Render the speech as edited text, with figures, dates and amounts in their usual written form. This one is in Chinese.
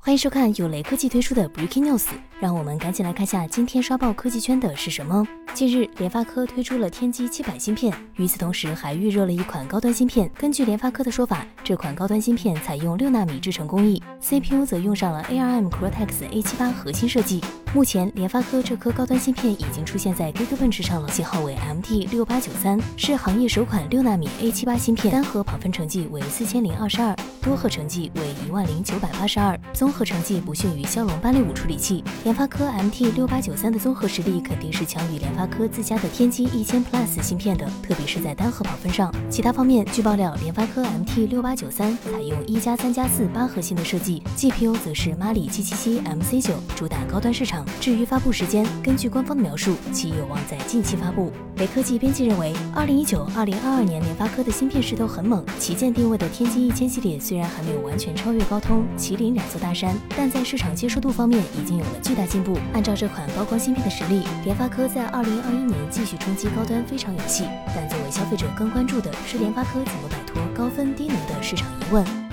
欢迎收看由雷科技推出的 Breaking News， 让我们赶紧来看下今天刷爆科技圈的是什么。近日，联发科推出了天玑700芯片，与此同时还预热了一款高端芯片。根据联发科的说法，这款高端芯片采用6纳米制程工艺 ，CPU 则用上了 ARM Cortex A78核心设计。目前，联发科这颗高端芯片已经出现在 Geekbench 上了，型号为 MT6893，是行业首款6纳米 A78芯片，单核跑分成绩为4022，多核成绩为10982，综合成绩不逊于骁龙865处理器。联发科 MT6893的综合实力肯定是强于联发科自家的天玑1000 Plus 芯片的，特别是在单核跑分上。其他方面，据爆料，联发科 MT6893采用1+3+4 8核心的设计 ，GPU 则是马里 G77 MC9，主打高端市场。至于发布时间，根据官方的描述，其有望在近期发布。雷科技编辑认为，2019、2022年联发科的芯片势头很猛，旗舰定位的天玑1000系列虽然还没有完全超越高通、麒麟2座大山，但在市场接受度方面已经有了巨大进步。按照这款高光芯片的实力，联发科在2021年继续冲击高端非常有戏。但作为消费者更关注的是联发科怎么摆脱高分低能的市场疑问。